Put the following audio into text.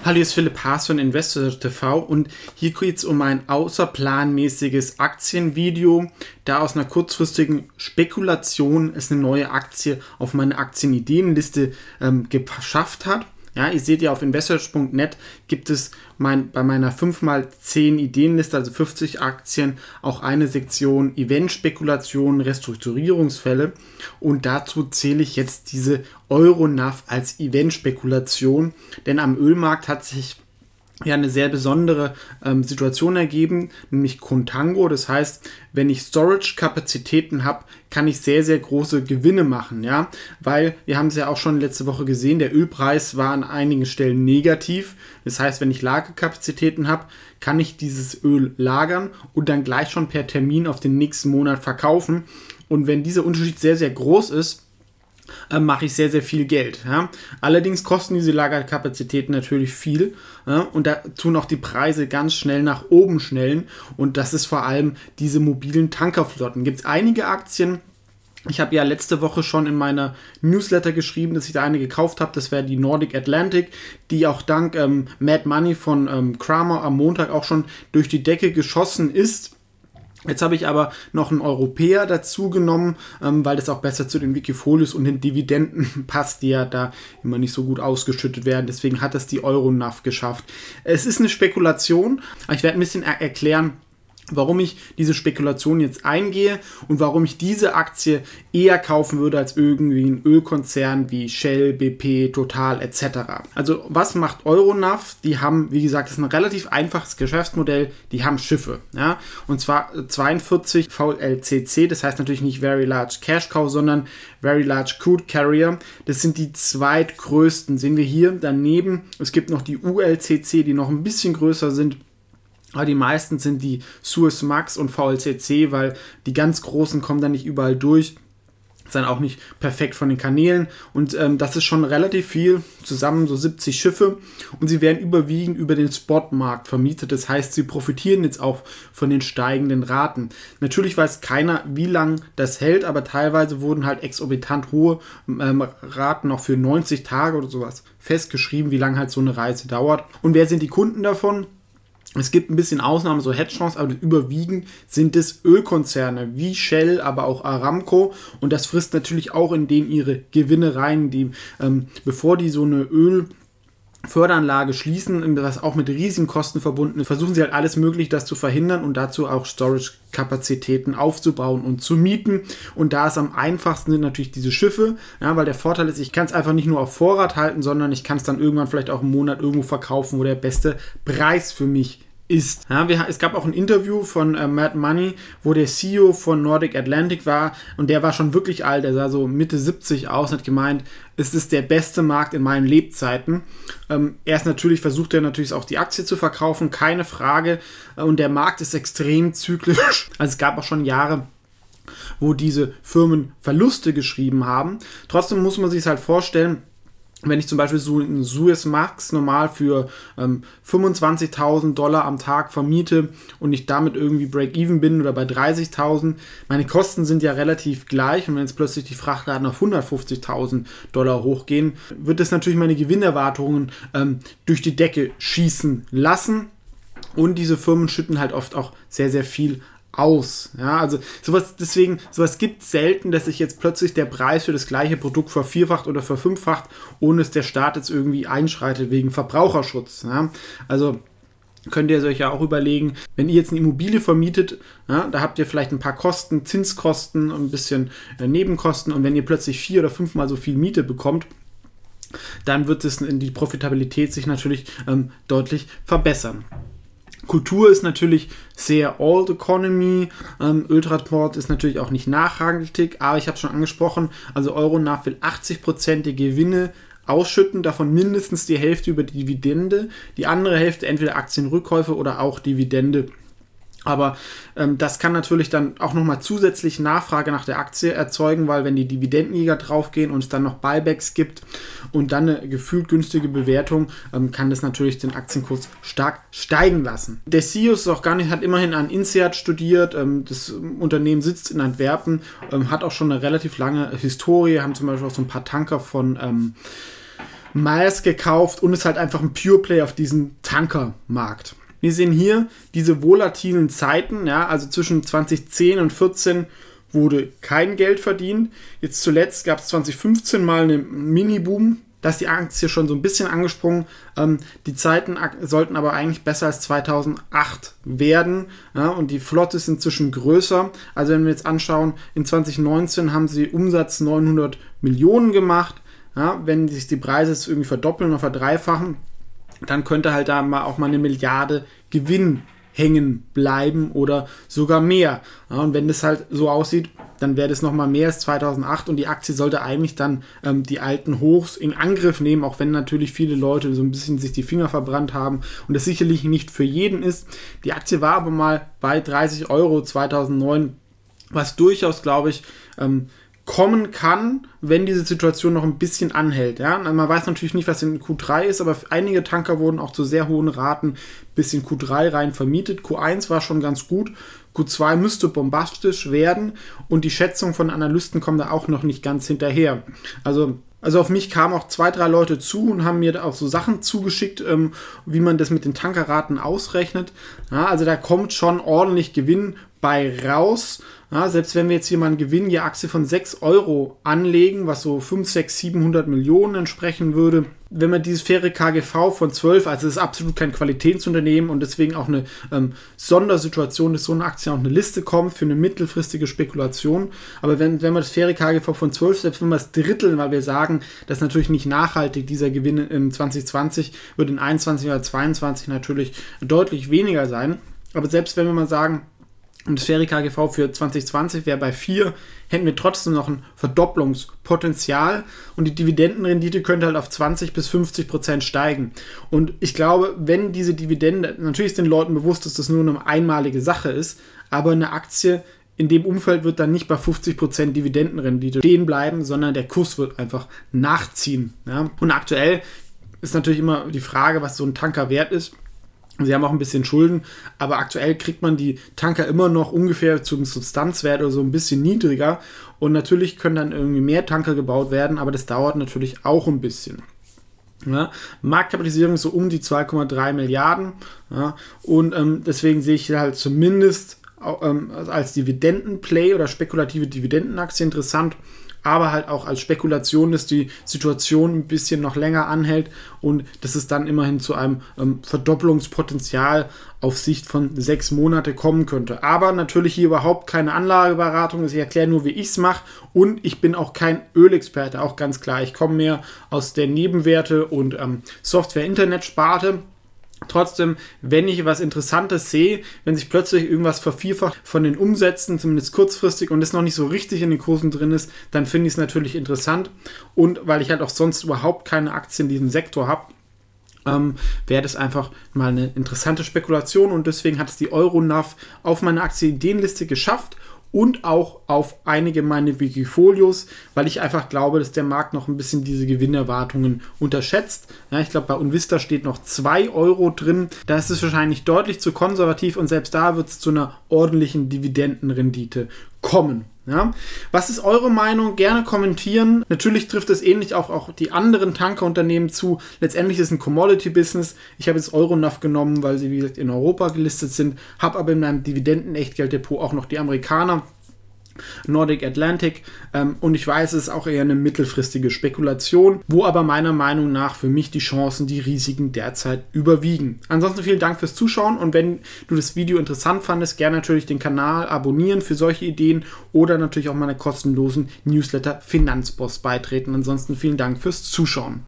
Hallo, hier ist Philipp Haas von Investor TV und hier geht es um ein außerplanmäßiges Aktienvideo, da aus einer kurzfristigen Spekulation es eine neue Aktie auf meine Aktienideenliste geschafft hat. Ja, ihr seht ja auf investors.net gibt es bei meiner 5x10 Ideenliste, also 50 Aktien, auch eine Sektion Event-Spekulationen, Restrukturierungsfälle und dazu zähle ich jetzt diese Euronav als Event-Spekulation, denn am Ölmarkt hat sich ja eine sehr besondere Situation ergeben, nämlich Contango. Das heißt, wenn ich Storage-Kapazitäten habe, kann ich sehr, sehr große Gewinne machen, ja, weil wir haben es ja auch schon letzte Woche gesehen, der Ölpreis war an einigen Stellen negativ. Das heißt, wenn ich Lagerkapazitäten habe, kann ich dieses Öl lagern und dann gleich schon per Termin auf den nächsten Monat verkaufen. Und wenn dieser Unterschied sehr, sehr groß ist, mache ich sehr, sehr viel Geld. Ja. Allerdings kosten diese Lagerkapazitäten natürlich viel, ja, und da tun auch die Preise ganz schnell nach oben schnellen und das ist vor allem diese mobilen Tankerflotten. Gibt es einige Aktien. Ich habe ja letzte Woche schon in meiner Newsletter geschrieben, dass ich da eine gekauft habe. Das wäre die Nordic Atlantic, die auch dank Mad Money von Cramer am Montag auch schon durch die Decke geschossen ist. Jetzt habe ich aber noch einen Europäer dazu genommen, weil das auch besser zu den Wikifolios und den Dividenden passt, die ja da immer nicht so gut ausgeschüttet werden. Deswegen hat das die Euronav geschafft. Es ist eine Spekulation, aber ich werde ein bisschen erklären, warum ich diese Spekulation jetzt eingehe und warum ich diese Aktie eher kaufen würde als irgendwie ein Ölkonzern wie Shell, BP, Total etc. Also was macht Euronav? Die haben, wie gesagt, das ist ein relativ einfaches Geschäftsmodell, die haben Schiffe, ja, und zwar 42 VLCC, das heißt natürlich nicht Very Large Cash Cow, sondern Very Large Crude Carrier. Das sind die zweitgrößten, sehen wir hier daneben. Es gibt noch die ULCC, die noch ein bisschen größer sind. Aber die meisten sind die Suezmax und VLCC, weil die ganz großen kommen da nicht überall durch. Sind auch nicht perfekt von den Kanälen. Und das ist schon relativ viel, zusammen so 70 Schiffe. Und sie werden überwiegend über den Spotmarkt vermietet. Das heißt, sie profitieren jetzt auch von den steigenden Raten. Natürlich weiß keiner, wie lang das hält, aber teilweise wurden halt exorbitant hohe Raten noch für 90 Tage oder sowas festgeschrieben, wie lange halt so eine Reise dauert. Und wer sind die Kunden davon? Es gibt ein bisschen Ausnahmen, so Hedgefonds, aber überwiegend sind es Ölkonzerne wie Shell, aber auch Aramco und das frisst natürlich auch in denen ihre Gewinne rein, die bevor die so eine Förderanlage schließen, was auch mit riesigen Kosten verbunden ist, versuchen sie halt alles mögliche, das zu verhindern und dazu auch Storage-Kapazitäten aufzubauen und zu mieten. Und da ist am einfachsten sind natürlich diese Schiffe, ja, weil der Vorteil ist, ich kann es einfach nicht nur auf Vorrat halten, sondern ich kann es dann irgendwann vielleicht auch im Monat irgendwo verkaufen, wo der beste Preis für mich ist. Ja, es gab auch ein Interview von Mad Money, wo der CEO von Nordic Atlantic war und der war schon wirklich alt, der sah so Mitte 70 aus und hat gemeint, es ist der beste Markt in meinen Lebzeiten. Versucht er natürlich auch die Aktie zu verkaufen, keine Frage, und der Markt ist extrem zyklisch. Also es gab auch schon Jahre, wo diese Firmen Verluste geschrieben haben. Trotzdem muss man sich halt vorstellen, wenn ich zum Beispiel so einen Suezmax normal für $25.000 am Tag vermiete und ich damit irgendwie Break-Even bin oder bei 30.000, meine Kosten sind ja relativ gleich und wenn jetzt plötzlich die Frachtraten auf $150.000 hochgehen, wird das natürlich meine Gewinnerwartungen durch die Decke schießen lassen und diese Firmen schütten halt oft auch sehr, sehr viel aus. Ja, also sowas gibt es selten, dass sich jetzt plötzlich der Preis für das gleiche Produkt vervierfacht oder verfünffacht, ohne dass der Staat jetzt irgendwie einschreitet wegen Verbraucherschutz. Ja, also könnt ihr euch ja auch überlegen, wenn ihr jetzt eine Immobilie vermietet, ja, da habt ihr vielleicht ein paar Kosten, Zinskosten und ein bisschen Nebenkosten und wenn ihr plötzlich 4 oder 5 Mal so viel Miete bekommt, dann wird die Profitabilität sich natürlich deutlich verbessern. Kultur ist natürlich sehr Old Economy, Öltransport ist natürlich auch nicht nachhaltig, aber ich habe es schon angesprochen, also Euronav will 80% der Gewinne ausschütten, davon mindestens die Hälfte über die Dividende, die andere Hälfte entweder Aktienrückkäufe oder auch Dividende. Aber das kann natürlich dann auch nochmal zusätzlich Nachfrage nach der Aktie erzeugen, weil wenn die Dividendenjäger draufgehen und es dann noch Buybacks gibt und dann eine gefühlt günstige Bewertung, kann das natürlich den Aktienkurs stark steigen lassen. Der CEO ist auch hat immerhin an INSEAD studiert, das Unternehmen sitzt in Antwerpen, hat auch schon eine relativ lange Historie, haben zum Beispiel auch so ein paar Tanker von Maersk gekauft und ist halt einfach ein Pure Play auf diesem Tankermarkt. Wir sehen hier diese volatilen Zeiten, ja, also zwischen 2010 und 2014 wurde kein Geld verdient. Jetzt zuletzt gab es 2015 mal einen Mini-Boom. Da ist die Aktie schon so ein bisschen angesprungen. Die Zeiten sollten aber eigentlich besser als 2008 werden. Ja, und die Flotte ist inzwischen größer. Also wenn wir jetzt anschauen, in 2019 haben sie Umsatz 900 Millionen gemacht. Ja, wenn sich die Preise jetzt irgendwie verdoppeln oder verdreifachen, dann könnte halt da auch mal 1 Milliarde Gewinn hängen bleiben oder sogar mehr. Ja, und wenn das halt so aussieht, dann wäre das nochmal mehr als 2008 und die Aktie sollte eigentlich dann die alten Hochs in Angriff nehmen, auch wenn natürlich viele Leute so ein bisschen sich die Finger verbrannt haben und das sicherlich nicht für jeden ist. Die Aktie war aber mal bei 30 Euro 2009, was durchaus, glaube ich, kommen kann, wenn diese Situation noch ein bisschen anhält. Ja? Man weiß natürlich nicht, was in Q3 ist, aber einige Tanker wurden auch zu sehr hohen Raten bis in Q3 rein vermietet. Q1 war schon ganz gut. Q2 müsste bombastisch werden und die Schätzungen von Analysten kommen da auch noch nicht ganz hinterher. Also auf mich kamen auch 2, 3 Leute zu und haben mir da auch so Sachen zugeschickt, wie man das mit den Tankerraten ausrechnet. Ja, also da kommt schon ordentlich Gewinn bei raus. Ja, selbst wenn wir jetzt hier mal einen Gewinn je Aktie von 6 Euro anlegen, was so 5, 6, 700 Millionen entsprechen würde, wenn man dieses faire KGV von 12, also das ist absolut kein Qualitätsunternehmen und deswegen auch eine Sondersituation, dass so eine Aktie auf eine Liste kommt für eine mittelfristige Spekulation. Aber wenn man das faire KGV von 12, selbst wenn wir es dritteln, weil wir sagen, das ist natürlich nicht nachhaltig, dieser Gewinn in 2020 wird in 21 oder 22 natürlich deutlich weniger sein. Aber selbst wenn wir mal sagen, und das faire KGV für 2020 wäre bei 4, hätten wir trotzdem noch ein Verdopplungspotenzial und die Dividendenrendite könnte halt auf 20-50% steigen. Und ich glaube, wenn diese Dividende, natürlich ist den Leuten bewusst, dass das nur eine einmalige Sache ist, aber eine Aktie in dem Umfeld wird dann nicht bei 50% Dividendenrendite stehen bleiben, sondern der Kurs wird einfach nachziehen. Ja? Und aktuell ist natürlich immer die Frage, was so ein Tanker wert ist. Sie haben auch ein bisschen Schulden, aber aktuell kriegt man die Tanker immer noch ungefähr zum Substanzwert oder so ein bisschen niedriger. Und natürlich können dann irgendwie mehr Tanker gebaut werden, aber das dauert natürlich auch ein bisschen. Ja, Marktkapitalisierung ist so um die 2,3 Milliarden. Ja, und deswegen sehe ich halt zumindest als Dividendenplay oder spekulative Dividendenaktie interessant. Aber halt auch als Spekulation, dass die Situation ein bisschen noch länger anhält und dass es dann immerhin zu einem Verdopplungspotenzial auf Sicht von 6 Monate kommen könnte. Aber natürlich hier überhaupt keine Anlageberatung. Ich erkläre nur, wie ich es mache und ich bin auch kein Ölexperte, auch ganz klar. Ich komme mehr aus der Nebenwerte- und Software-Internet-Sparte. Trotzdem, wenn ich was Interessantes sehe, wenn sich plötzlich irgendwas vervierfacht von den Umsätzen, zumindest kurzfristig, und das noch nicht so richtig in den Kursen drin ist, dann finde ich es natürlich interessant. Und weil ich halt auch sonst überhaupt keine Aktien in diesem Sektor habe, wäre das einfach mal eine interessante Spekulation. Und deswegen hat es die Euronav auf meine Aktienideenliste geschafft. Und auch auf einige meiner Wikifolios, weil ich einfach glaube, dass der Markt noch ein bisschen diese Gewinnerwartungen unterschätzt. Ja, ich glaube, bei Unvista steht noch 2 Euro drin. Da ist es wahrscheinlich deutlich zu konservativ und selbst da wird es zu einer ordentlichen Dividendenrendite kommen. Ja. Was ist eure Meinung? Gerne kommentieren. Natürlich trifft es ähnlich auch die anderen Tankerunternehmen zu. Letztendlich ist es ein Commodity-Business. Ich habe jetzt Euronav genommen, weil sie, wie gesagt, in Europa gelistet sind. Habe aber in meinem Dividenden-Echtgelddepot auch noch die Amerikaner. Nordic Atlantic und ich weiß, es ist auch eher eine mittelfristige Spekulation, wo aber meiner Meinung nach für mich die Chancen, die Risiken derzeit überwiegen. Ansonsten vielen Dank fürs Zuschauen und wenn du das Video interessant fandest, gerne natürlich den Kanal abonnieren für solche Ideen oder natürlich auch meine kostenlosen Newsletter Finanzboss beitreten. Ansonsten vielen Dank fürs Zuschauen.